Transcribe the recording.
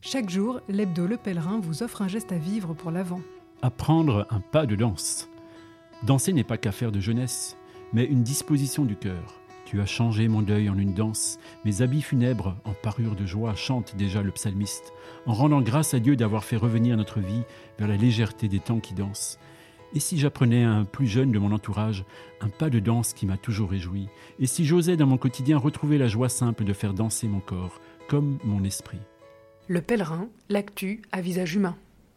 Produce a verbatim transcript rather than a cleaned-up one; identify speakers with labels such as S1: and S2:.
S1: Chaque jour, l'hebdo Le Pèlerin vous offre un geste à vivre pour l'Avent.
S2: Apprendre un pas de danse. Danser n'est pas qu'affaire de jeunesse, mais une disposition du cœur. Tu as changé mon deuil en une danse, mes habits funèbres en parure de joie, chante déjà le psalmiste, en rendant grâce à Dieu d'avoir fait revenir notre vie vers la légèreté des temps qui dansent. Et si j'apprenais à un plus jeune de mon entourage un pas de danse qui m'a toujours réjoui, et si j'osais dans mon quotidien retrouver la joie simple de faire danser mon corps, comme mon esprit.
S1: Le Pèlerin, l'actu à visage humain.